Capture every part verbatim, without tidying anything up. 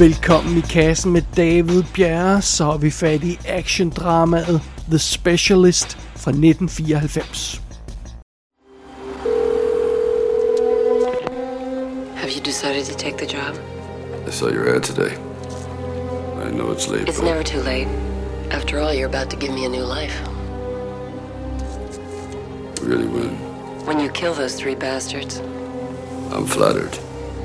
Velkommen i kassen med David Bjerre, så er vi fat i actiondramaet The Specialist fra nitten fireoghalvfems. Have you decided to take the job? I saw your ad today. I know it's late. It's but... never too late. After all, you're about to give me a new life. Really, when? When you kill those three bastards. I'm flattered.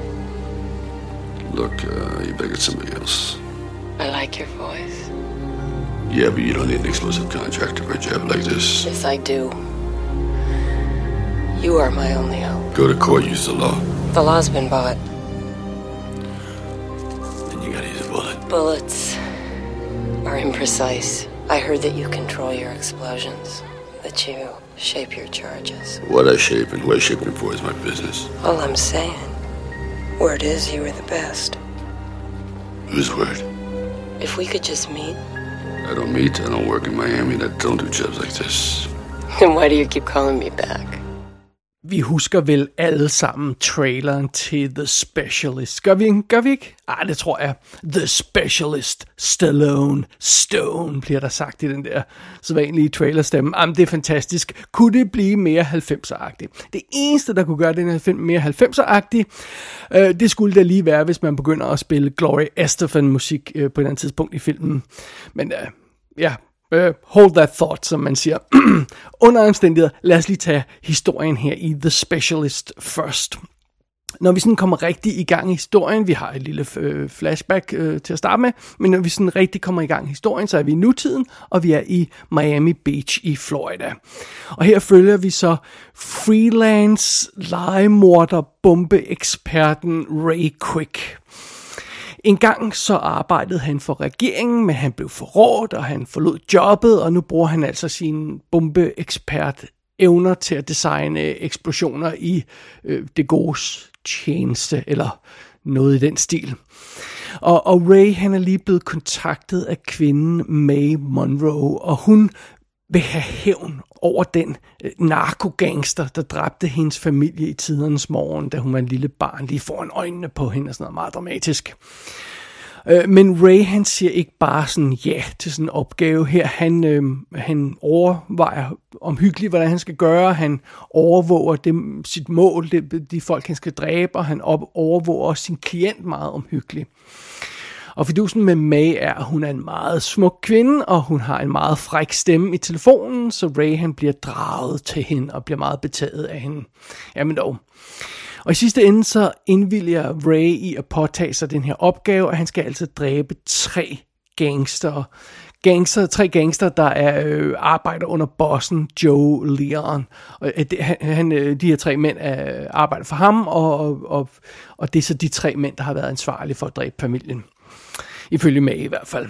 Look, uh, you better get somebody else. I like your voice. Yeah, but you don't need an exclusive contractor for a job like this. Yes, I do. You are my only hope. Go to court, use the law. The law's been bought. Then you gotta use a bullet. Bullets are imprecise. I heard that you control your explosions, that you shape your charges. What I shape and who I shape it for is my business. All I'm saying, word is you were the best. Whose word? If we could just meet. I don't meet, I don't work in Miami, that don't do jobs like this. Then why do you keep calling me back? Vi husker vel alle sammen traileren til The Specialist. Gør vi, gør vi ikke? Ej, det tror jeg. The Specialist, Stallone, Stone, bliver der sagt i den der sædvanlige trailerstemme. Jamen, det er fantastisk. Kunne det blive mere halvfemser-agtigt? Det eneste, der kunne gøre den her film mere halvfemser-agtig, øh, det skulle da lige være, hvis man begynder at spille Gloria Estefan-musik øh, på et eller andet tidspunkt i filmen. Men øh, ja... Uh, hold that thought, som man siger. Under omstændigheder, lad os lige tage historien her i The Specialist først. Når vi sådan kommer rigtig i gang i historien, vi har et lille øh, flashback øh, til at starte med, men når vi sådan rigtig kommer i gang i historien, så er vi i nutiden, og vi er i Miami Beach i Florida. Og her følger vi så freelance legemorder bombeeksperten Ray Quick. En gang så arbejdede han for regeringen, men han blev forrådt, og han forlod jobbet, og nu bruger han altså sin bombeekspert evner til at designe eksplosioner i øh, det godes tjeneste, eller noget i den stil. Og, og Ray, han er lige blevet kontaktet af kvinden May Monroe, og hun vil have hævn over den øh, narkogangster, der dræbte hendes familie i tidernes morgen, da hun var en lille barn, lige foran øjnene på hende, og sådan noget meget dramatisk. Øh, men Ray, han siger ikke bare sådan ja til sådan en opgave her. Han, øh, han overvejer omhyggeligt, hvordan han skal gøre. Han overvåger det, sit mål, det, de folk, han skal dræbe, og han op, overvåger også sin klient meget omhyggeligt. Og fidusen med May er, at hun er en meget smuk kvinde, og hun har en meget fræk stemme i telefonen, så Ray, han bliver draget til hende og bliver meget betaget af hende. Jamen dog. Og i sidste ende så indvilliger Ray i at påtage sig den her opgave, og han skal altså dræbe tre gangster. Gangster, tre gangster, der er, øh, arbejder under bossen Joe Leon. Og øh, det, han, øh, de her tre mænd øh, arbejder for ham, og, og, og det er så de tre mænd, der har været ansvarlige for at dræbe familien. Ifølge May i hvert fald.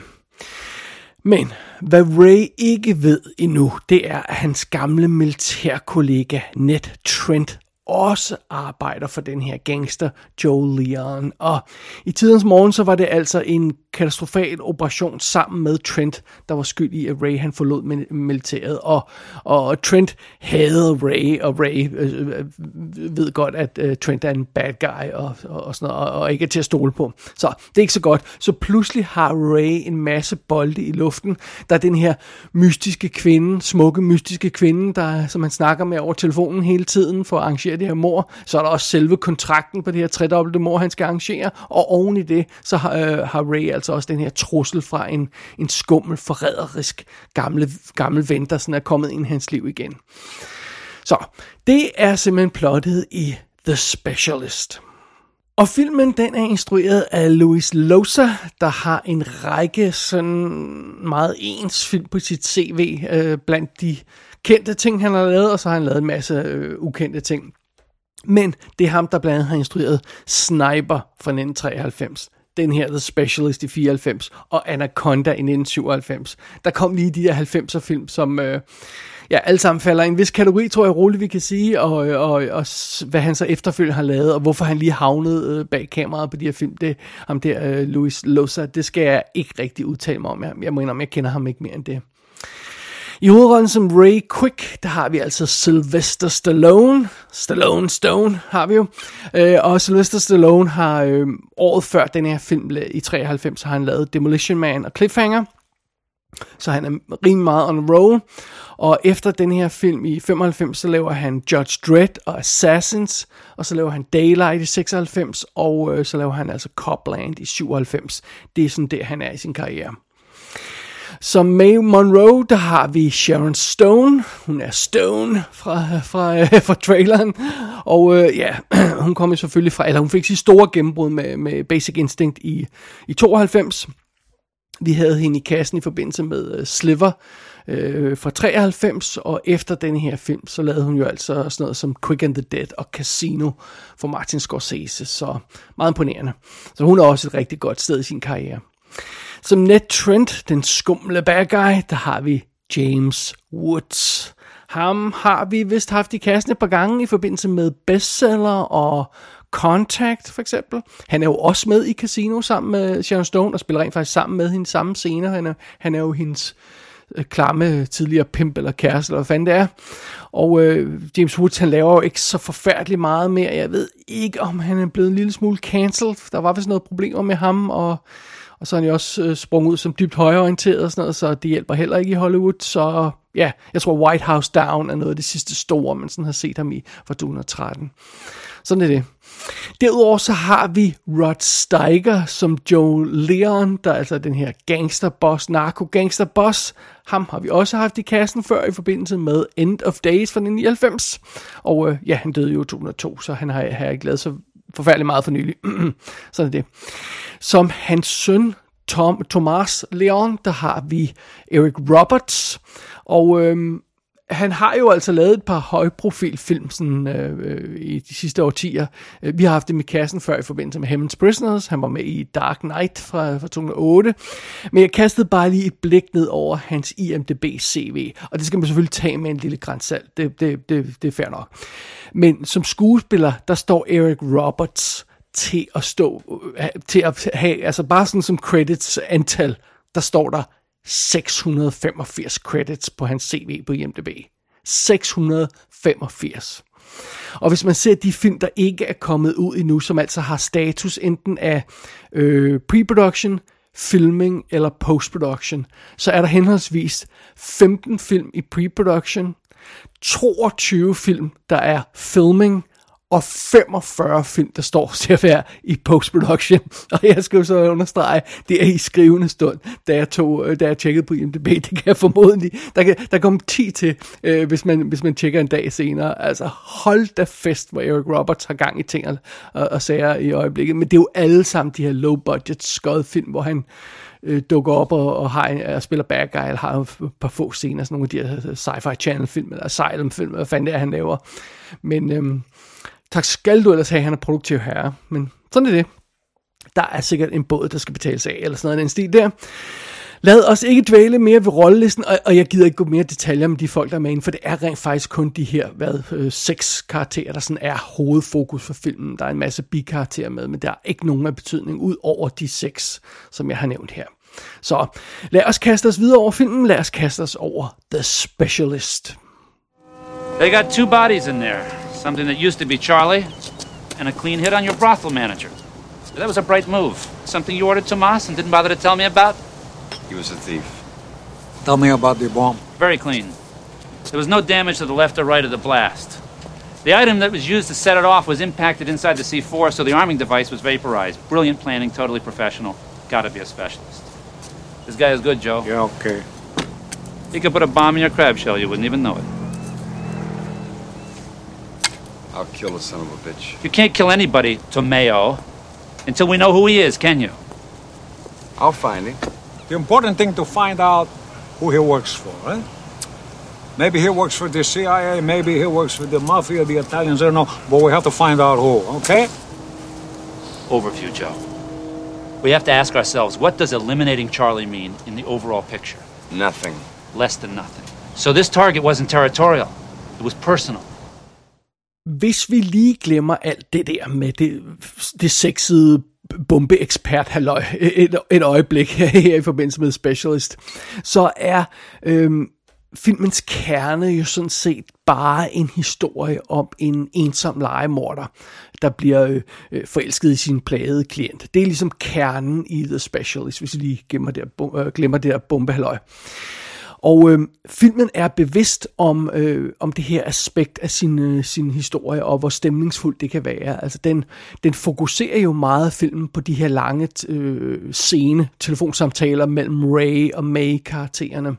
Men hvad Ray ikke ved endnu, det er, at hans gamle militærkollega Ned Trent også arbejder for den her gangster Joe Leon. Og i tidens morgen, så var det altså en katastrofal operation sammen med Trent, der var skyld i, at Ray han forlod militæret. Og, og Trent hader Ray, og Ray øh, øh, ved godt, at øh, Trent er en bad guy og, og, og, sådan noget, og, og ikke er til at stole på. Så det er ikke så godt. Så pludselig har Ray en masse bolde i luften. Der er den her mystiske kvinde, smukke mystiske kvinde, der, som han snakker med over telefonen hele tiden for at arrangere det her mord. Så er der også selve kontrakten på det her tredobbelte mord, han skal arrangere. Og oven i det, så har, øh, har Ray altså også den her trussel fra en, en skummel, forræderisk gamle, gammel ven, der sådan er kommet ind i hans liv igen. Så det er simpelthen plottet i The Specialist. Og filmen, den er instrueret af Luis Loza, der har en række sådan meget ens film på sit C V, øh, blandt de kendte ting, han har lavet, og så har han lavet en masse øh, ukendte ting. Men det er ham, der blandt andet har instrueret Sniper fra nitten treoghalvfems, den her The Specialist i fireoghalvfems, og Anaconda i nitten syvoghalvfems. Der kom lige de der halvfemser film, som øh, ja, alle sammen falder i en vis kategori, tror jeg roligt, vi kan sige, og, og, og hvad han så efterfølgende har lavet, og hvorfor han lige havnede bag kameraet på de her film, det ham der, uh, Luis Loza, det skal jeg ikke rigtig udtale mig om. Jeg, jeg må indrømme, jeg kender ham ikke mere end det. I hovedrollen som Ray Quick, der har vi altså Sylvester Stallone. Stallone Stone har vi jo. Øh, og Sylvester Stallone har øh, året før den her film i treoghalvfems, har han lavet Demolition Man og Cliffhanger. Så han er rimelig meget on a roll. Og efter den her film i femoghalvfems, så laver han Judge Dredd og Assassins. Og så laver han Daylight i seksoghalvfems. Og øh, så laver han altså Copland i syvoghalvfems. Det er sådan der, han er i sin karriere. Som Mae Monroe, der har vi Sharon Stone. Hun er Stone fra, fra, øh, fra traileren. Og øh, ja, hun kom jo selvfølgelig fra, eller hun fik sit store gennembrud med, med Basic Instinct i, i tooghalvfems. Vi havde hende i kassen i forbindelse med uh, Sliver øh, fra treoghalvfems, og efter denne her film, så lavede hun jo altså sådan noget som Quick and the Dead og Casino for Martin Scorsese, så meget imponerende. Så hun er også et rigtig godt sted i sin karriere. Som Ned Trent, den skumle bad guy, der har vi James Woods. Ham har vi vist haft i kassen et par gange i forbindelse med Bestseller og Contact for eksempel. Han er jo også med i Casino sammen med Sharon Stone og spiller rent faktisk sammen med hende samme scener. Han er, han er jo hendes øh, klamme tidligere pimp eller kæreste, eller hvad fanden det er. Og øh, James Woods, han laver jo ikke så forfærdeligt meget mere. Jeg ved ikke, om han er blevet en lille smule cancelled. Der var vist noget problemer med ham, og, og så er han jo også øh, sprunget ud som dybt højreorienteret og sådan noget, så det hjælper heller ikke i Hollywood. Så ja, jeg tror White House Down er noget af det sidste store, man sådan har set ham i fra to tusind og tretten. Sådan er det. Derudover så har vi Rod Steiger som Joe Leon, der er altså den her gangsterboss, narko-gangsterboss. Ham har vi også haft i kassen før i forbindelse med End of Days fra nioghalvfems. Og øh, ja, han døde jo i to tusind og to, så han har, har ikke lavet så forfærdeligt meget for nylig. Sådan er det. Som hans søn Tom, Thomas Leon, der har vi Eric Roberts. Og øhm, han har jo altså lavet et par højprofilfilm sådan, øh, i de sidste årtier. Vi har haft dem i kassen før i forbindelse med Heaven's Prisoners. Han var med i Dark Knight fra, fra to tusind og otte. Men jeg kastede bare lige et blik ned over hans I M D B C V. Og det skal man selvfølgelig tage med en lille grænsalt. Det, det, det, det er fair nok. Men som skuespiller, der står Eric Roberts til at stå, til at have, altså bare sådan som credits antal, der står der seks hundrede og femogfirs credits på hans C V på I M D B. seks hundrede og femogfirs. Og hvis man ser de film, der ikke er kommet ud endnu, som altså har status enten af øh, pre-production, filming eller post-production, så er der henholdsvis femten film i pre-production, toogtyve film, der er filming, og femogfyrre film, der står til at være i post-production. Og jeg skal jo så understrege, det er i skrivende stund, da jeg, tog, da jeg tjekkede på I M D B. Det kan jeg formodentlig. Der kan der kommer ti til, øh, hvis, man, hvis man tjekker en dag senere. Altså hold da fest, hvor Eric Roberts har gang i ting og, og sager i øjeblikket. Men det er jo alle sammen de her low-budget skødfilm, hvor han øh, dukker op og, og, har en, og spiller bad guy, eller har et par få scener, sådan nogle af de her sci-fi channel-film, eller asylum-film, hvad fanden det er, han laver. Men øhm, tak skal du ellers have, han er produktiv herre. Men sådan er det. Der er sikkert en båd, der skal betales af, eller sådan noget, en stil der. Lad os ikke dvæle mere ved rollelisten, og, og jeg gider ikke gå mere detaljer med de folk, der er med inde, for det er rent faktisk kun de her, hvad, øh, seks karakterer, der sådan er hovedfokus for filmen. Der er en masse bikarakterer med, men der er ikke nogen af betydning ud over de seks, som jeg har nævnt her. Så lad os kaste os videre over filmen, lad os kaste os over The Specialist. They got two bodies in there. Something that used to be Charlie, and a clean hit on your brothel manager. That was a bright move. Something you ordered Tomas and didn't bother to tell me about? He was a thief. Tell me about the bomb. Very clean. There was no damage to the left or right of the blast. The item that was used to set it off was impacted inside the C four, so the arming device was vaporized. Brilliant planning, totally professional. Gotta be a specialist. This guy is good, Joe. Yeah, okay. He could put a bomb in your crab shell, you wouldn't even know it. I'll kill the son of a bitch. You can't kill anybody, Tomeo, until we know who he is, can you? I'll find him. The important thing to find out who he works for, right? Maybe he works for the C I A, maybe he works for the Mafia, the Italians, I don't know, but we have to find out who, okay? Overview, Joe. We have to ask ourselves, what does eliminating Charlie mean in the overall picture? Nothing. Less than nothing. So this target wasn't territorial. It was personal. Hvis vi lige glemmer alt det der med det, det sexede bombeekspert-halløj et, et øjeblik her i forbindelse med Specialist, så er øhm, filmens kerne jo sådan set bare en historie om en ensom legemorder, der bliver øh, forelsket i sin plagede klient. Det er ligesom kernen i The Specialist, hvis I lige glemmer det, øh, glemmer det der bombehalløj. Og øh, filmen er bevidst om, øh, om det her aspekt af sin, øh, sin historie, og hvor stemningsfuldt det kan være. Altså den, den fokuserer jo meget filmen på de her lange øh, scene telefonsamtaler mellem Ray og May-karaktererne.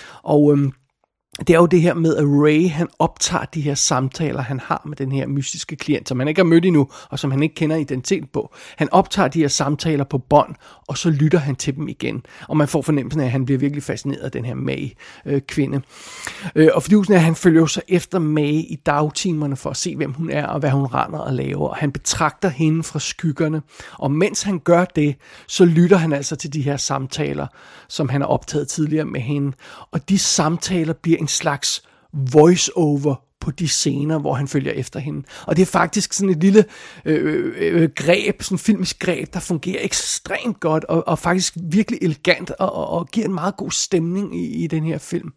Og øh, det er jo det her med, at Ray, han optager de her samtaler, han har med den her mystiske klient, som han ikke har mødt endnu, og som han ikke kender identiteten på. Han optager de her samtaler på bånd, og så lytter han til dem igen. Og man får fornemmelsen af, at han bliver virkelig fascineret af den her May-kvinde. Øh, og fordi at han følger jo så efter May i dagtimerne for at se, hvem hun er, og hvad hun render og laver. Og han betragter hende fra skyggerne. Og mens han gør det, så lytter han altså til de her samtaler, som han har optaget tidligere med hende. Og de samtaler bliver en slags voice-over på de scener, hvor han følger efter hende. Og det er faktisk sådan et lille øh, øh, greb, sådan et filmisk greb, der fungerer ekstremt godt, og, og faktisk virkelig elegant, og, og, og giver en meget god stemning i, i den her film.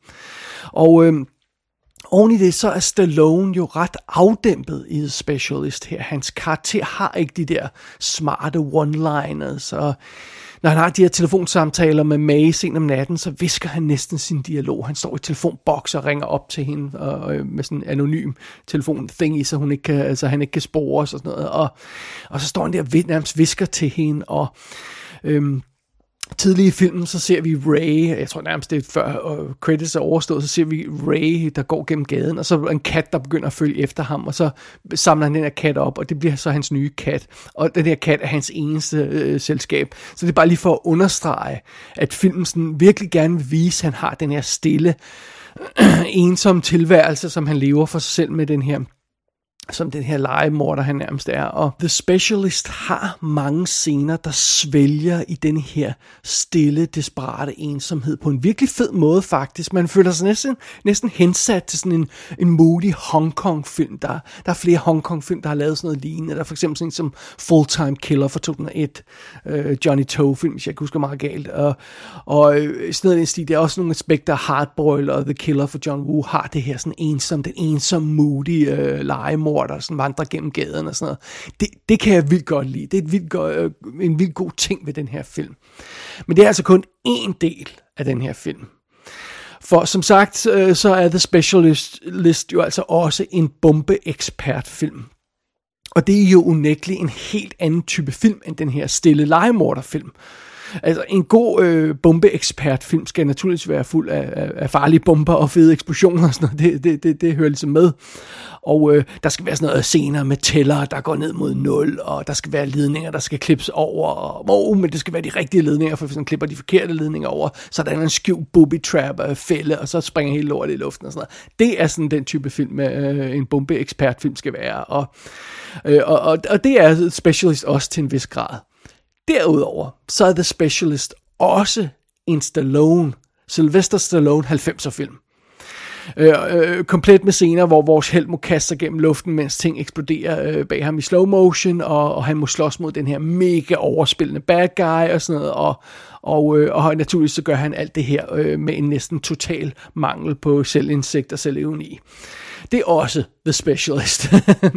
Og øh, oven i det, så er Stallone jo ret afdæmpet i The Specialist her. Hans karakter har ikke de der smarte one-liners, og når han har de her telefonsamtaler med May sent om natten, så visker han næsten sin dialog. Han står i telefonboks og ringer op til hende og, og med sådan en anonym telefon-thingy, så, hun ikke kan, altså, han ikke kan spore os og sådan noget. Og, og så står han der og nærmest visker til hende, og øhm, tidlig i filmen, så ser vi Ray, jeg tror nærmest det er før uh, credits er overstået, så ser vi Ray, der går gennem gaden, og så en kat, der begynder at følge efter ham, og så samler han den her kat op, og det bliver så hans nye kat, og den her kat er hans eneste øh, selskab. Så det er bare lige for at understrege, at filmen sådan virkelig gerne vil vise, at han har den her stille, øh, ensomme tilværelse, som han lever for sig selv med den her som den her legemorder, han nærmest er. Og The Specialist har mange scener, der svælger i den her stille, desperate ensomhed på en virkelig fed måde faktisk. Man føler sig næsten, næsten hensat til sådan en, en moody Hong Kong-film. Der, der er flere Hong Kong-film, der har lavet sådan noget lignende. Der er for eksempel sådan en som Full-Time Killer fra to tusind og et. Uh, Johnny To-film, hvis jeg ikke husker meget galt. Og, og sådan noget den stil. Der er også nogle aspekter af Hardboiled og The Killer for John Woo har det her sådan ensom, den ensomme, moody uh, legemorder, der sådan vandrer gennem gaden og sådan noget. Det, det kan jeg vildt godt lide. Det er et vildt godt, øh, en vildt god ting ved den her film. Men det er altså kun én del af den her film. For som sagt, øh, så er The Specialist jo altså også en bombeekspertfilm. Og det er jo unægteligt en helt anden type film, end den her stille legemorderfilm. Altså en god øh, bombeekspertfilm skal naturligvis være fuld af, af, af farlige bomber og fede eksplosioner og sådan noget. Det, det, det, det hører ligesom med. Og øh, der skal være sådan noget scener med tæller, der går ned mod nul, og der skal være ledninger, der skal klippes over, og oh, men det skal være de rigtige ledninger, for hvis man klipper de forkerte ledninger over, så er der en skjult booby trap og fælde, og så springer hele lortet i luften og sådan noget. Det er sådan den type film, øh, en bombeekspertfilm skal være, og, øh, og, og, og det er Specialist også til en vis grad. Derudover, så er The Specialist også en Stallone, Sylvester Stallone halvfemser film. Øh, øh, komplet med scener, hvor vores helt må kaste sig gennem luften, mens ting eksploderer øh, bag ham i slow motion, og, og han må slås mod den her mega overspillende bad guy og sådan noget, og, og, øh, og naturligvis så gør han alt det her øh, med en næsten total mangel på selvindsigt og selvevni. Det er også The Specialist.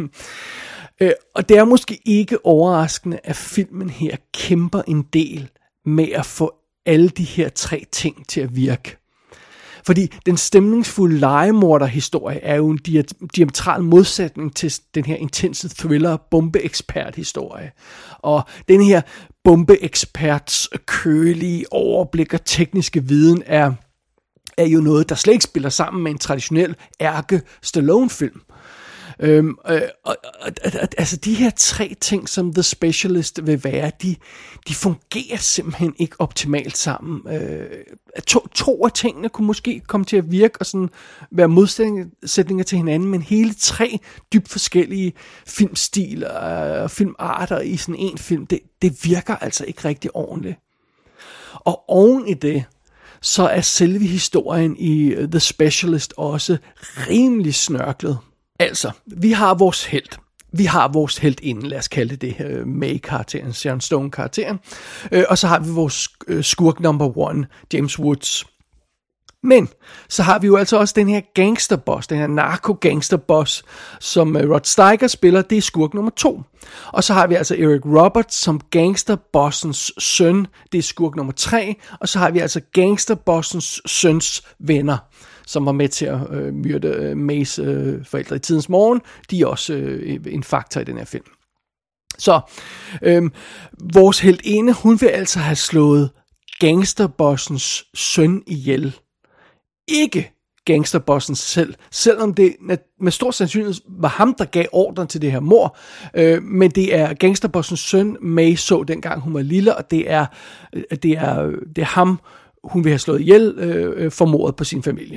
øh, og det er måske ikke overraskende, at filmen her kæmper en del med at få alle de her tre ting til at virke. Fordi den stemningsfulde legemorderhistorie er jo en diametral modsætning til den her intense thriller bombeekspert-historie. Og den her bombeeksperts kølige overblik og tekniske viden er, er jo noget, der slet ikke spiller sammen med en traditionel ærke-Stallone-film. Øhm, øh, og, og, og, altså de her tre ting, som The Specialist vil være, de, de fungerer simpelthen ikke optimalt sammen. Øh, to, to af tingene kunne måske komme til at virke og sådan være modsætninger til hinanden, men hele tre dybt forskellige filmstiler og filmarter i sådan en film, det, det virker altså ikke rigtig ordentligt. Og oven i det, så er selve historien i The Specialist også rimelig snørklet. Altså, vi har vores helt. Vi har vores helt inden, lad os kalde det uh, May-karakteren, Sharon Stone-karakteren. Uh, og så har vi vores uh, skurk number one, James Woods. Men så har vi jo altså også den her gangsterboss, den her narko-gangsterboss, som Rod Steiger spiller, det er skurk nummer to. Og så har vi altså Eric Roberts som gangsterbossens søn, det er skurk nummer tre. Og så har vi altså gangsterbossens søns venner, som var med til at øh, myrde øh, Mays øh, forældre i tidens morgen. De er også øh, en faktor i den her film. Så øh, vores heltinde, hun vil altså have slået gangsterbossens søn ihjel. Ikke gangsterbossen selv, selvom det med stor sandsynlighed var ham, der gav ordren til det her mord, øh, men det er gangsterbossens søn, May så dengang hun var lille, og det er, det er, det er ham, hun vil have slået ihjel øh, for mordet på sin familie.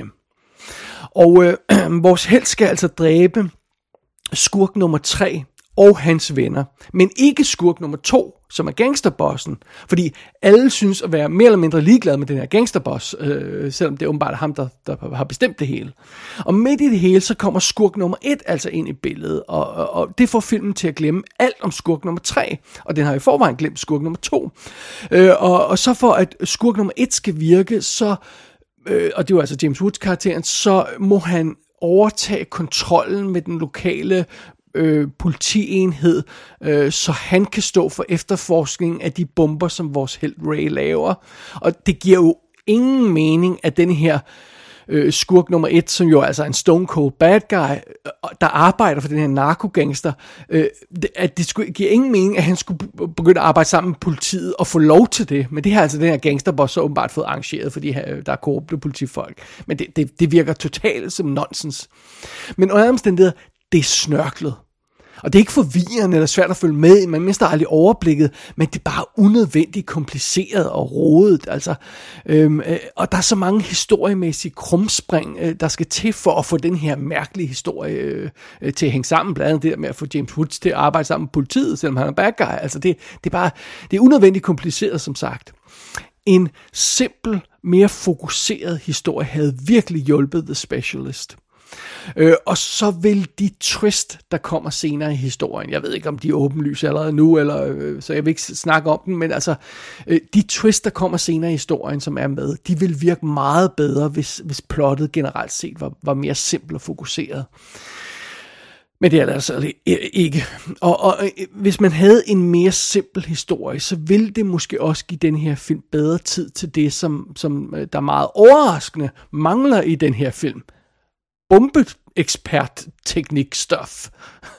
Og øh, vores helt skal altså dræbe skurk nummer tre og hans venner, men ikke skurk nummer to, som er gangsterbossen, fordi alle synes at være mere eller mindre ligeglade med den her gangsterboss, øh, selvom det er åbenbart ham, der, der har bestemt det hele. Og midt i det hele, så kommer skurk nummer et altså ind i billedet, og, og, og det får filmen til at glemme alt om skurk nummer tre, og den har i forvejen glemt skurk nummer to. Øh, og, og så for at skurk nummer et skal virke, så, øh, og det var altså James Woods karakteren, så må han overtage kontrollen med den lokale Øh, politienhed, øh, så han kan stå for efterforskningen af de bomber, som vores helt Ray laver. Og det giver jo ingen mening, at den her øh, skurk nummer et, som jo altså er en stone cold bad guy, der arbejder for den her narkogangster, øh, at det skulle, giver ingen mening, at han skulle begynde at arbejde sammen med politiet og få lov til det. Men det har altså den her gangsterboss så åbenbart fået arrangeret, fordi der er korrupte politifolk. Men det, det, det virker totalt som nonsens. Men under omstændigheder, det er snørklet. Og det er ikke forvirrende eller svært at følge med i, man mister aldrig overblikket, men det er bare unødvendigt kompliceret og rodet. Altså, øhm, øh, og der er så mange historiemæssige krumspring, øh, der skal til for at få den her mærkelige historie øh, øh, til at hænge sammen. Blandt andet det der med at få James Woods til at arbejde sammen med politiet, selvom han er bad guy. Altså, det, det, er bare, det er unødvendigt kompliceret, som sagt. En simpel, mere fokuseret historie havde virkelig hjulpet The Specialist. Øh, og så vil de twist, der kommer senere i historien, jeg ved ikke om de er åbenlyse allerede nu, eller, øh, så jeg vil ikke snakke om dem, men altså øh, de twist, der kommer senere i historien, som er med, de vil virke meget bedre, hvis, hvis plottet generelt set var, var mere simpelt og fokuseret. Men det er det altså ikke. Og, og hvis man havde en mere simpel historie, så ville det måske også give den her film bedre tid til det, som, som der meget overraskende mangler i den her film. Bombeekspert-teknik-stuff.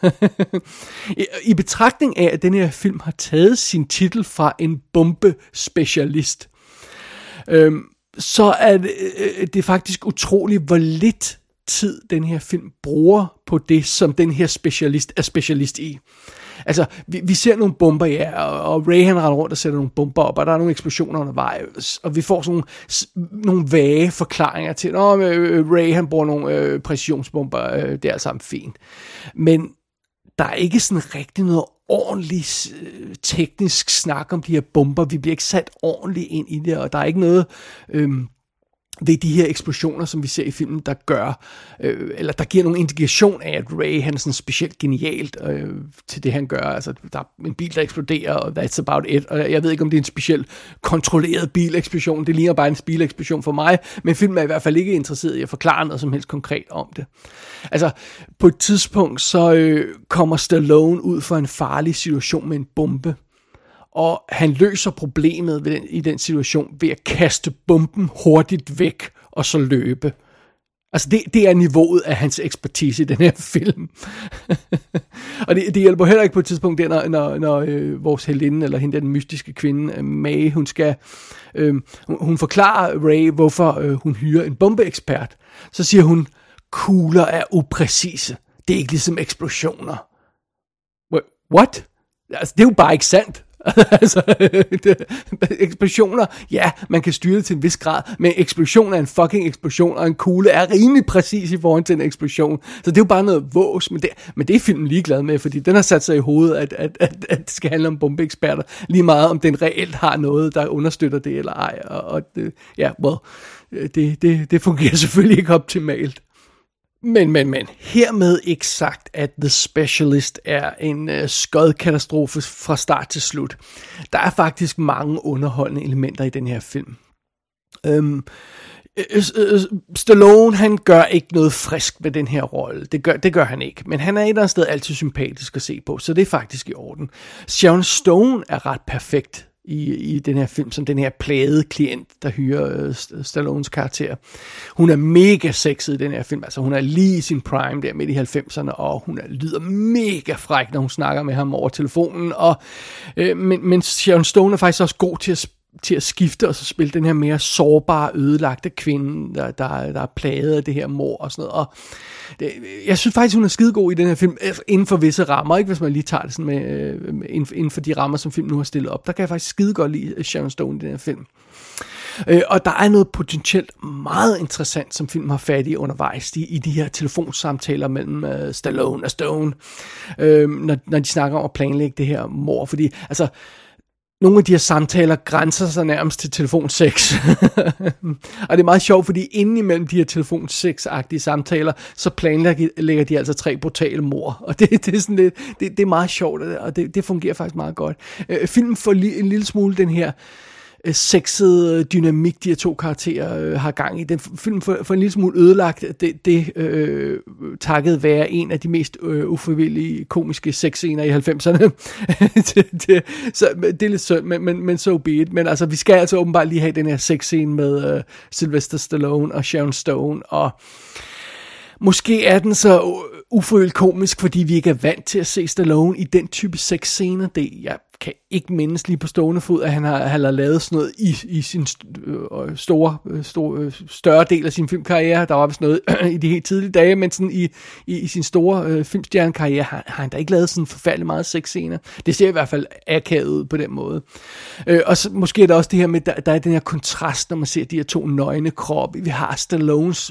I, I betragtning af, at den her film har taget sin titel fra en bombespecialist, øhm, så er det, øh, det er faktisk utroligt, hvor lidt tid den her film bruger på det, som den her specialist er specialist i. Altså, vi, vi ser nogle bomber, ja, og, og Ray han render rundt og sætter nogle bomber op, og der er nogle eksplosioner undervejs, og vi får sådan nogle, nogle vage forklaringer til, at Ray han bruger nogle øh, præcisionsbomber, øh, det er alt sammen fint. Men der er ikke sådan rigtig noget ordentligt øh, teknisk snak om de her bomber, vi bliver ikke sat ordentligt ind i det, og der er ikke noget Øh, ved de her eksplosioner, som vi ser i filmen, der gør, øh, eller der giver nogle indikation af, at Ray, han er sådan specielt genialt øh, til det, han gør. Altså, der er en bil, der eksploderer, og that's about it. Og jeg ved ikke, om det er en specielt kontrolleret bileksplosion. Det ligner bare en bileksplosion for mig, men filmen er i hvert fald ikke interesseret i at forklare noget som helst konkret om det. Altså, på et tidspunkt, så øh, kommer Stallone ud for en farlig situation med en bombe. Og han løser problemet ved den, i den situation ved at kaste bomben hurtigt væk og så løbe. Altså det, det er niveauet af hans ekspertise i den her film. Og det, det hjælper heller ikke på et tidspunkt, der, når, når, når øh, vores helinde, eller hende, den mystiske kvinde, May, hun skal, øh, hun forklarer Ray, hvorfor øh, hun hyrer en bombeekspert. Så siger hun, kugler er upræcise. Det er ikke ligesom eksplosioner. What? Altså, det er jo bare ikke sandt. Altså, det, eksplosioner, ja, man kan styre det til en vis grad, men eksplosion er en fucking eksplosion, og en kugle er rimelig præcis i forhold til en eksplosion, så det er jo bare noget vås, men det, men det er filmen ligeglad med, fordi den har sat sig i hovedet, at, at, at, at det skal handle om bombeeksperter, lige meget om den reelt har noget, der understøtter det eller ej, og, og det, ja, well, det, det, det fungerer selvfølgelig ikke optimalt. Men, men, men, hermed ikke sagt, at The Specialist er en øh, skodkatastrofe fra start til slut. Der er faktisk mange underholdende elementer i den her film. Øhm, Stallone, han gør ikke noget frisk med den her rolle. Det gør, det gør han ikke. Men han er et eller andet sted altid sympatisk at se på, så det er faktisk i orden. Sharon Stone er ret perfekt i, i den her film, som den her plagede klient, der hyrer uh, Stallones karakter. Hun er mega sexet i den her film. Altså, hun er lige i sin prime der midt i halvfemserne, og hun er, lyder mega fræk, når hun snakker med ham over telefonen. Og, øh, men, men Sharon Stone er faktisk også god til at til at skifte og så spille den her mere sårbare, ødelagte kvinde, der, der, der er plaget af det her mord og sådan noget. Og det, jeg synes faktisk, hun er skidegod i den her film, inden for visse rammer, ikke? Hvis man lige tager det sådan med, inden for de rammer, som film nu har stillet op. Der kan jeg faktisk skidegodt lide Sharon Stone i den her film. Og der er noget potentielt meget interessant, som film har fat i undervejs i, i de her telefonsamtaler mellem uh, Stallone og Stone, øh, når, når de snakker om at planlægge det her mord. Fordi, altså, nogle af de her samtaler grænser sig nærmest til telefonsex. Og det er meget sjovt, fordi inden imellem de her telefonsex-agtige samtaler, så planlægger de altså tre brutale mord. Og det, det er sådan lidt, det, det er meget sjovt, og det, det fungerer faktisk meget godt. Øh, filmen får li, en lille smule den her øh, sexede dynamik, de her to karakterer øh, har gang i. Den film får, får en lille smule ødelagt, det, det øh, takket være en af de mest øh, ufrivillige komiske sexscener i halvfemserne. det, det, så det er lidt synd, men, men, men so be it. Men altså, vi skal altså åbenbart lige have den her sexscene med øh, Sylvester Stallone og Sharon Stone, og måske er den så ufrivilligt komisk, fordi vi ikke er vant til at se Stallone i den type sexscener. Det, jeg kan ikke mindes lige på stående fod, at han har, han har lavet sådan noget i, i sin st- store, store, større del af sin filmkarriere. Der var vist noget i de helt tidlige dage, men sådan i, i, i sin store øh, filmstjernekarriere har, har han da ikke lavet sådan forfærdelig meget sexscener. Det ser i hvert fald akavet ud på den måde. Øh, og så, måske er der også det her med, der, der er den her kontrast, når man ser de her to nøgne kroppe. Vi har Stallones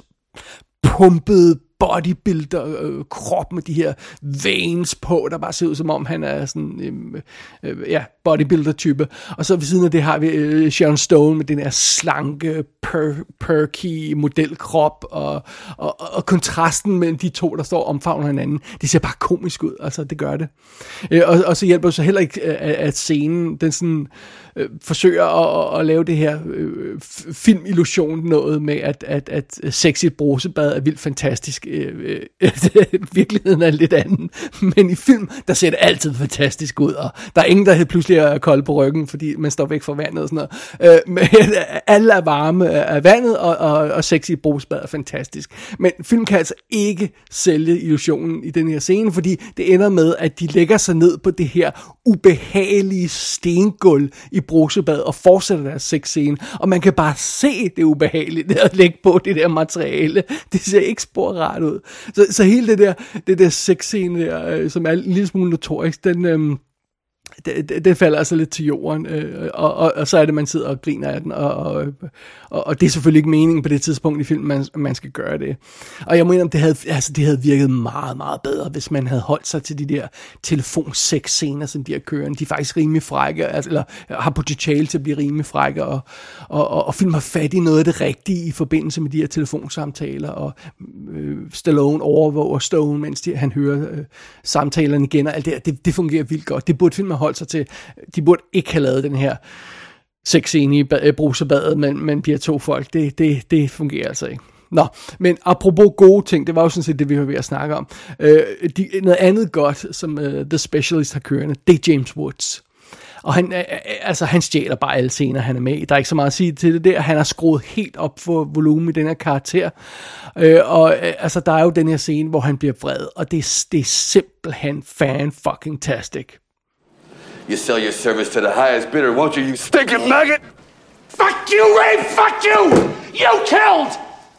pumpede bodybuilder øh, krop med de her veins på, der bare ser ud som om han er sådan øh, øh, ja, bodybuilder type. Og så ved siden af det har vi øh, Sharon Stone med den her slanke per, perky modelkrop, og, og, og kontrasten mellem de to, der står og omfavner hinanden, det ser bare komisk ud, altså det gør det. Øh, og, og så hjælper det så heller ikke, at scenen den sådan øh, forsøger at, at lave det her øh, filmillusion noget med, at, at, at sex i et brusebad er vildt fantastisk. Øh, øh, virkeligheden er lidt anden, men i film, der ser det altid fantastisk ud, og der er ingen, der pludselig er kold på ryggen, fordi man står væk fra vandet og sådan noget. Øh, men alle er varme af vandet, og, og, og sex i et brusebad er fantastisk. Men film kan altså ikke sælge illusionen i den her scene, fordi det ender med, at de lægger sig ned på det her ubehagelige stengulv i brusebad og fortsætter deres sexscene, og man kan bare se det ubehagelige at lægge på det der materiale. Det ser ikke spor rart ud. Så, så hele det der, det der sexscene der, øh, som er en lille smule notorisk, den, øh, det, det falder altså lidt til jorden, øh, og, og, og så er det, man sidder og griner af den, og, og, og, og det er selvfølgelig ikke meningen på det tidspunkt i filmen, man, man skal gøre det. Og jeg mener, det havde, altså, det havde virket meget, meget bedre, hvis man havde holdt sig til de der telefonsex-scener, som de her kører. De er faktisk rimelig frække, altså, eller har potentiale til at blive rimelig frække, og, og, og, og film har fat i noget af det rigtige i forbindelse med de her telefonsamtaler, og øh, Stallone overvåger Stone, mens de, han hører øh, samtalerne igen, og alt det her, det, det fungerer vildt godt. Det burde film have holdt sig til. De burde ikke have lavet den her sexscene i brusebadet, men, men de her to folk, det, det, det fungerer altså ikke. Nå, men apropos gode ting, det var jo sådan set det, vi var ved at snakke om. Øh, de, noget andet godt, som uh, The Specialist har kørende, det er James Woods. Og han, øh, altså, han stjæler bare alle scener, han er med i. Der er ikke så meget at sige til det der. Han har skruet helt op for volumen i den her karakter. Øh, og øh, altså, der er jo den her scene, hvor han bliver vred, og det, det er simpelthen fan-fucking-tastic. You sell your service to the highest bidder, won't you, you stinking maggot? Fuck you, Ray! Fuck you! You killed!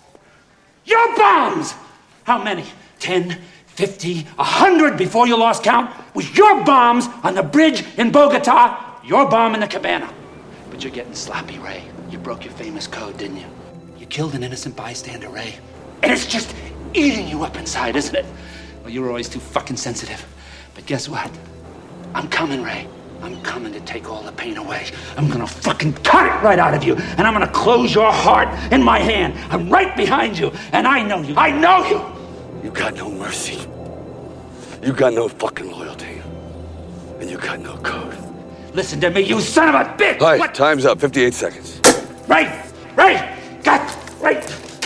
Your bombs! How many? Ten, fifty, a hundred before you lost count? Was your bombs on the bridge in Bogota? Your bomb in the cabana. But you're getting sloppy, Ray. You broke your famous code, didn't you? You killed an innocent bystander, Ray. And it's just eating you up inside, isn't it? Well, you were always too fucking sensitive. But guess what? I'm coming, Ray. I'm coming to take all the pain away. I'm gonna fucking cut it right out of you, and I'm gonna close your heart in my hand. I'm right behind you, and I know you. I know you! You got no mercy. You got no fucking loyalty. And you got no code. Listen to me, you son of a bitch! Hi, What? time's up. fifty-eight seconds. Ray! Ray! God Wait!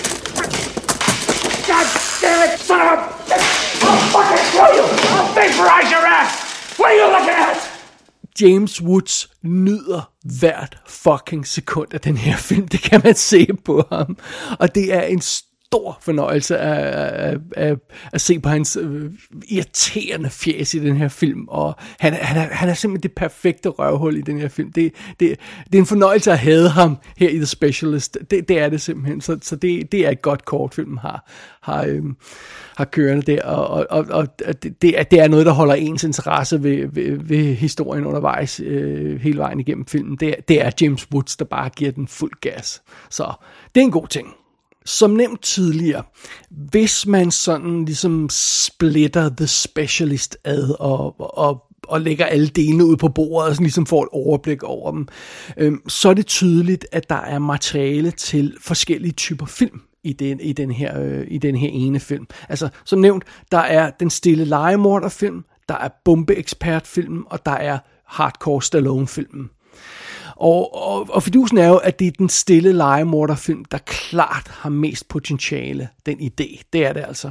God damn it, son of a bitch! I'll fucking kill you! I'll vaporize your ass! What are you looking at? James Woods nyder hvert fucking sekund af den her film. Det kan man se på ham. Og det er en stor fornøjelse at, at, at, at se på hans uh, irriterende fjes i den her film. Og han, han, er, han er simpelthen det perfekte røvhul i den her film. Det, det, det er en fornøjelse at have ham her i The Specialist. Det, det er det simpelthen. Så, så det, det er et godt kort, filmen har, har, øhm, har kørende der. Og, og, og det, det, er, det er noget, der holder ens interesse ved, ved, ved historien undervejs øh, hele vejen igennem filmen. Det, det er James Woods, der bare giver den fuld gas. Så det er en god ting. Som nævnt tidligere, hvis man sådan ligesom splitter The Specialist ad og, og, og lægger alle delene ud på bordet og sådan ligesom får et overblik over dem, øhm, så er det tydeligt, at der er materiale til forskellige typer film i den, i den, her, øh, i den her ene film. Altså, som nævnt, der er den stille legemorderfilm, der er bombeekspertfilm, og der er hardcore Stallone-filmen. Og, og, og fidusen er jo, at det er den stille legemorderfilm, der klart har mest potentiale, den idé. Det er det altså.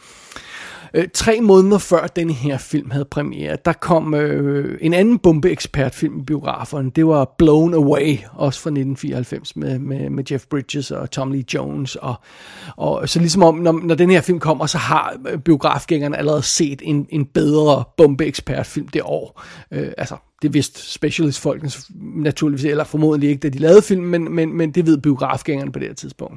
Øh, tre måneder før denne her film havde premiere, der kom øh, en anden bombeekspertfilm i biograferne. Det var Blown Away, også fra nitten fireoghalvfems med, med, med Jeff Bridges og Tom Lee Jones. Og, og så ligesom om, når, når den her film kommer, så har biografgængerne allerede set en, en bedre bombeekspertfilm det år. Øh, altså, det vidste Specialist-folkene naturligvis, eller formodentlig ikke, da de lavede filmen, men, men, men det ved biografgængerne på det her tidspunkt.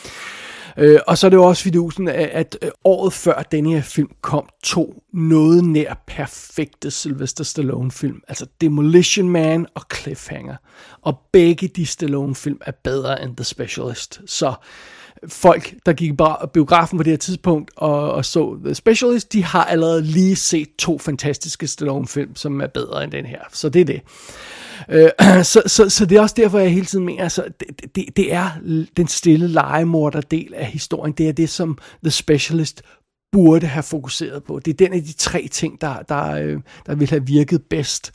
Øh, og så er det jo også fidusen, at, at øh, året før denne her film kom to noget nær perfekte Sylvester Stallone-film, altså Demolition Man og Cliffhanger. Og begge de Stallone-film er bedre end The Specialist. Så folk, der gik i biografen på det her tidspunkt og, og så The Specialist, de har allerede lige set to fantastiske Stallone-film, som er bedre end den her. Så det er det. Øh, så, så, så det er også derfor, jeg hele tiden mener, altså, det, det, det er den stille legemorder-del af historien. Det er det, som The Specialist burde have fokuseret på. Det er den af de tre ting, der, der, der ville have virket bedst.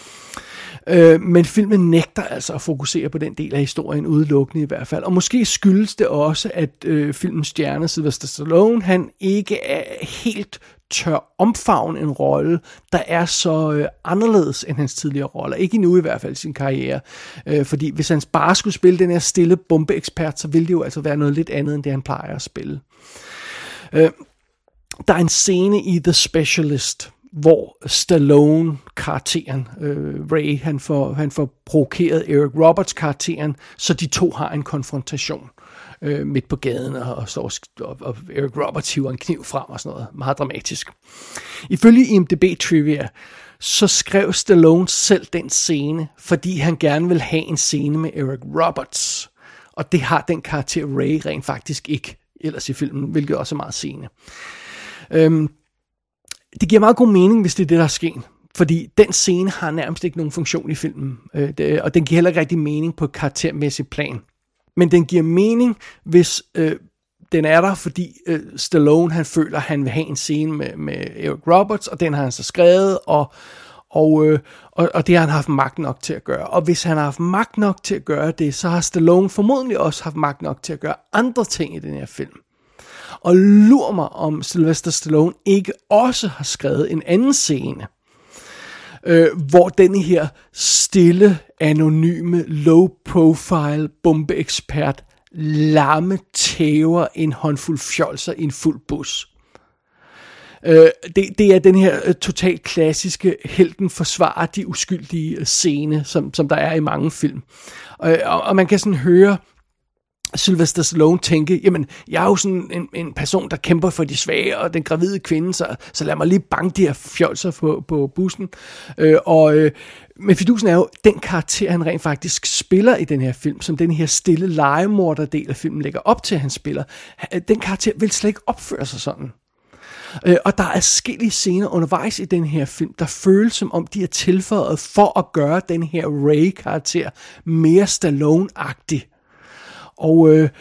Øh, men filmen nægter altså at fokusere på den del af historien, udelukkende i hvert fald. Og måske skyldes det også, at øh, filmens stjerne, Sylvester Stallone, han ikke er helt tør omfavne en rolle, der er så øh, anderledes end hans tidligere roller. Ikke endnu i hvert fald i sin karriere. Øh, fordi hvis han bare skulle spille den her stille bombeekspert, så ville det jo altså være noget lidt andet, end det han plejer at spille. Øh, der er en scene i The Specialist, hvor Stallone-karakteren, øh, Ray, han får, han får provokeret Eric Roberts-karakteren, så de to har en konfrontation øh, midt på gaden, og, og, og, og Eric Roberts hiver en kniv frem og sådan noget. Meget dramatisk. Ifølge I M D B Trivia, så skrev Stallone selv den scene, fordi han gerne vil have en scene med Eric Roberts. Og det har den karakter Ray rent faktisk ikke ellers i filmen, hvilket også er meget scene. Øhm, Det giver meget god mening, hvis det er det, der er sket. Fordi den scene har nærmest ikke nogen funktion i filmen. Øh, det, og den giver heller ikke rigtig mening på et karaktermæssigt plan. Men den giver mening, hvis øh, den er der, fordi øh, Stallone han føler, at han vil have en scene med, med Eric Roberts, og den har han så skrevet, og, og, øh, og, og det har han haft magt nok til at gøre. Og hvis han har haft magt nok til at gøre det, så har Stallone formodentlig også haft magt nok til at gøre andre ting i den her film. Og lur mig, om Sylvester Stallone ikke også har skrevet en anden scene, øh, hvor denne her stille, anonyme, low-profile bombeekspert lamme tæver en håndfuld fjolser i en fuld bus. Øh, det, det er den her uh, totalt klassiske helten forsvarer de uskyldige scene, som, som der er i mange film. Øh, og, og man kan sådan høre Sylvester Stallone tænke, jamen, jeg er jo sådan en, en person, der kæmper for de svage og den gravide kvinde, så, så lad mig lige banke de her fjolser på, på bussen. Øh, og, øh, men fidusen er jo, den karakter, han rent faktisk spiller i den her film, som den her stille legemorder-del af filmen lægger op til, at han spiller, den karakter vil slet ikke opføre sig sådan. Øh, og der er adskillige scener undervejs i den her film, der føles som om, de er tilføjet for at gøre den her Ray-karakter mere Stallone-agtig. Og, øh,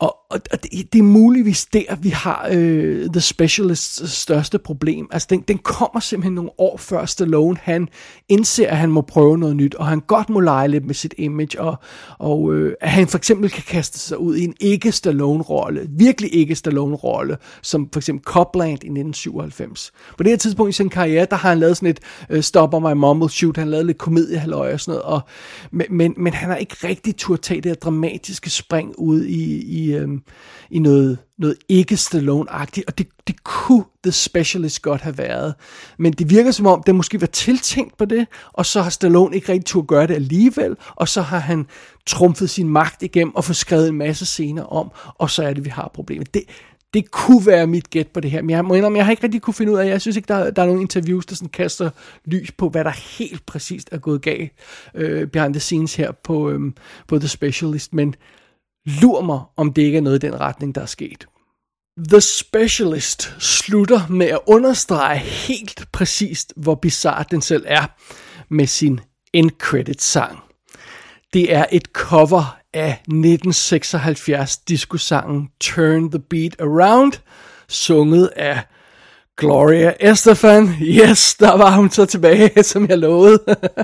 Og, og det, det er muligvis der, vi har øh, The Specialists største problem. Altså, den, den kommer simpelthen nogle år før Stallone. Han indser, at han må prøve noget nyt, og han godt må lege lidt med sit image, og, og øh, at han for eksempel kan kaste sig ud i en ikke-Stallone-rolle, virkelig ikke-Stallone-rolle, som for eksempel Copland i nitten syvoghalvfems. På det her tidspunkt i sin karriere, der har han lavet sådan et øh, Stop or My Mom Will Shoot, han har lavet lidt komediehalløj og sådan noget, og, men, men, men han har ikke rigtig turde tage det her dramatiske spring ud i, i Øhm, i noget, noget ikke Stallone-agtigt, og det, det kunne The Specialist godt have været. Men det virker som om, det måske var tiltænkt på det, og så har Stallone ikke rigtig turde gøre det alligevel, og så har han trumfet sin magt igennem og fået skrevet en masse scener om, og så er det, vi har problemet. Det, det kunne være mit gæt på det her, men jeg må indrømme, jeg har ikke rigtig kunne finde ud af, jeg synes ikke, der, der er nogen interviews, der sådan kaster lys på, hvad der helt præcist er gået galt øh, behind the scenes her på, øh, på The Specialist, men lur mig, om det ikke er noget i den retning, der er sket. The Specialist slutter med at understrege helt præcist, hvor bizarre den selv er, med sin end-credit-sang. Det er et cover af nitten seksoghalvfjerds diskosangen Turn the Beat Around, sunget af Gloria Estefan. Yes, der var hun så tilbage, som jeg lovede.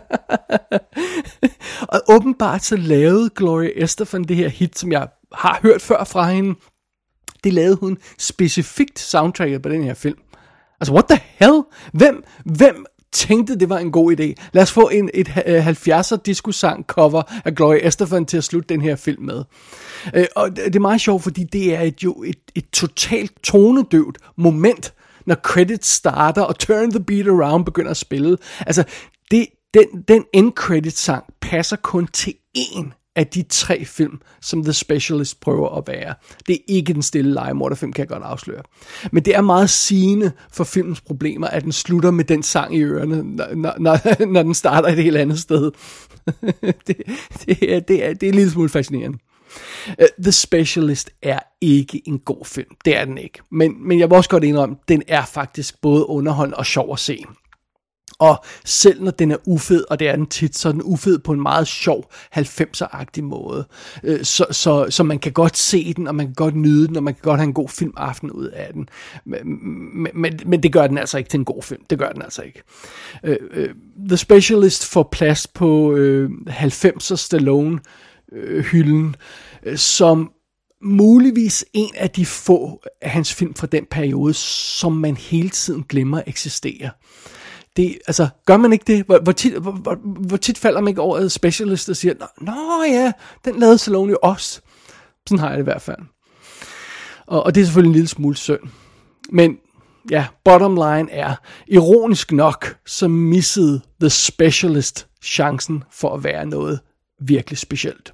Og åbenbart så lavede Gloria Estefan det her hit, som jeg har hørt før fra hende. Det lavede hun specifikt soundtracket på den her film. Altså, what the hell? Hvem, hvem tænkte, det var en god idé? Lad os få en, et halvfjerdser disco-sang cover af Gloria Estefan til at slutte den her film med. Og det er meget sjovt, fordi det er et, jo et, et totalt tonedøvt moment, når credits starter, og Turn the Beat Around begynder at spille. Altså, det, den, den end-credit-sang passer kun til én af de tre film, som The Specialist prøver at være. Det er ikke den stille legemorderfilm, kan jeg godt afsløre. Men det er meget sigende for filmens problemer, at den slutter med den sang i ørerne, når, når, når den starter et helt andet sted. det, det, er, det, er, det er en lille smule fascinerende. The Specialist er ikke en god film. Det er den ikke. Men, men jeg vil også godt indrømme, at den er faktisk både underholdende og sjov at se. Og selv når den er ufed, og det er den tit, så er den ufed på en meget sjov halvfemser-agtig måde. Så, så, så man kan godt se den, og man kan godt nyde den, og man kan godt have en god filmaften ud af den. Men, men, men det gør den altså ikke til en god film. Det gør den altså ikke. The Specialist får plads på halvfemser Stallone-hylden, som muligvis en af de få af hans film fra den periode, som man hele tiden glemmer eksisterer. Det, altså, gør man ikke det? Hvor, hvor, tit, hvor, hvor, hvor tit falder man ikke over et Specialist og siger, nå, nå ja, den lavede Stallone jo også. Sådan har jeg det i hvert fald. Og, og det er selvfølgelig en lille smule synd. Men ja, bottom line er, ironisk nok, så missede The Specialist chancen for at være noget virkelig specielt.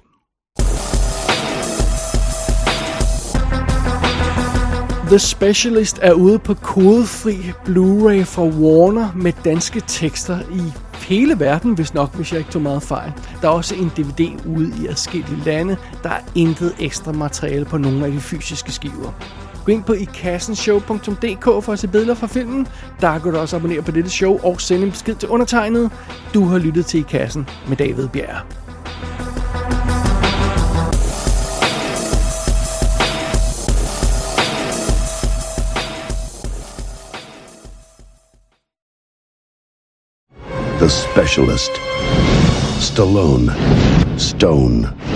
The Specialist er ude på kodefri Blu-ray fra Warner med danske tekster i hele verden, hvis nok, hvis jeg ikke tog meget fejl. Der er også en D V D ude i adskillige lande. Der er intet ekstra materiale på nogle af de fysiske skiver. Gå ind på i kassen show punktum d k for at se billeder fra filmen. Der kan du også abonnere på dette show og sende en besked til undertegnet. Du har lyttet til I Kassen med David Bjerre. The Specialist. Stallone. Stone.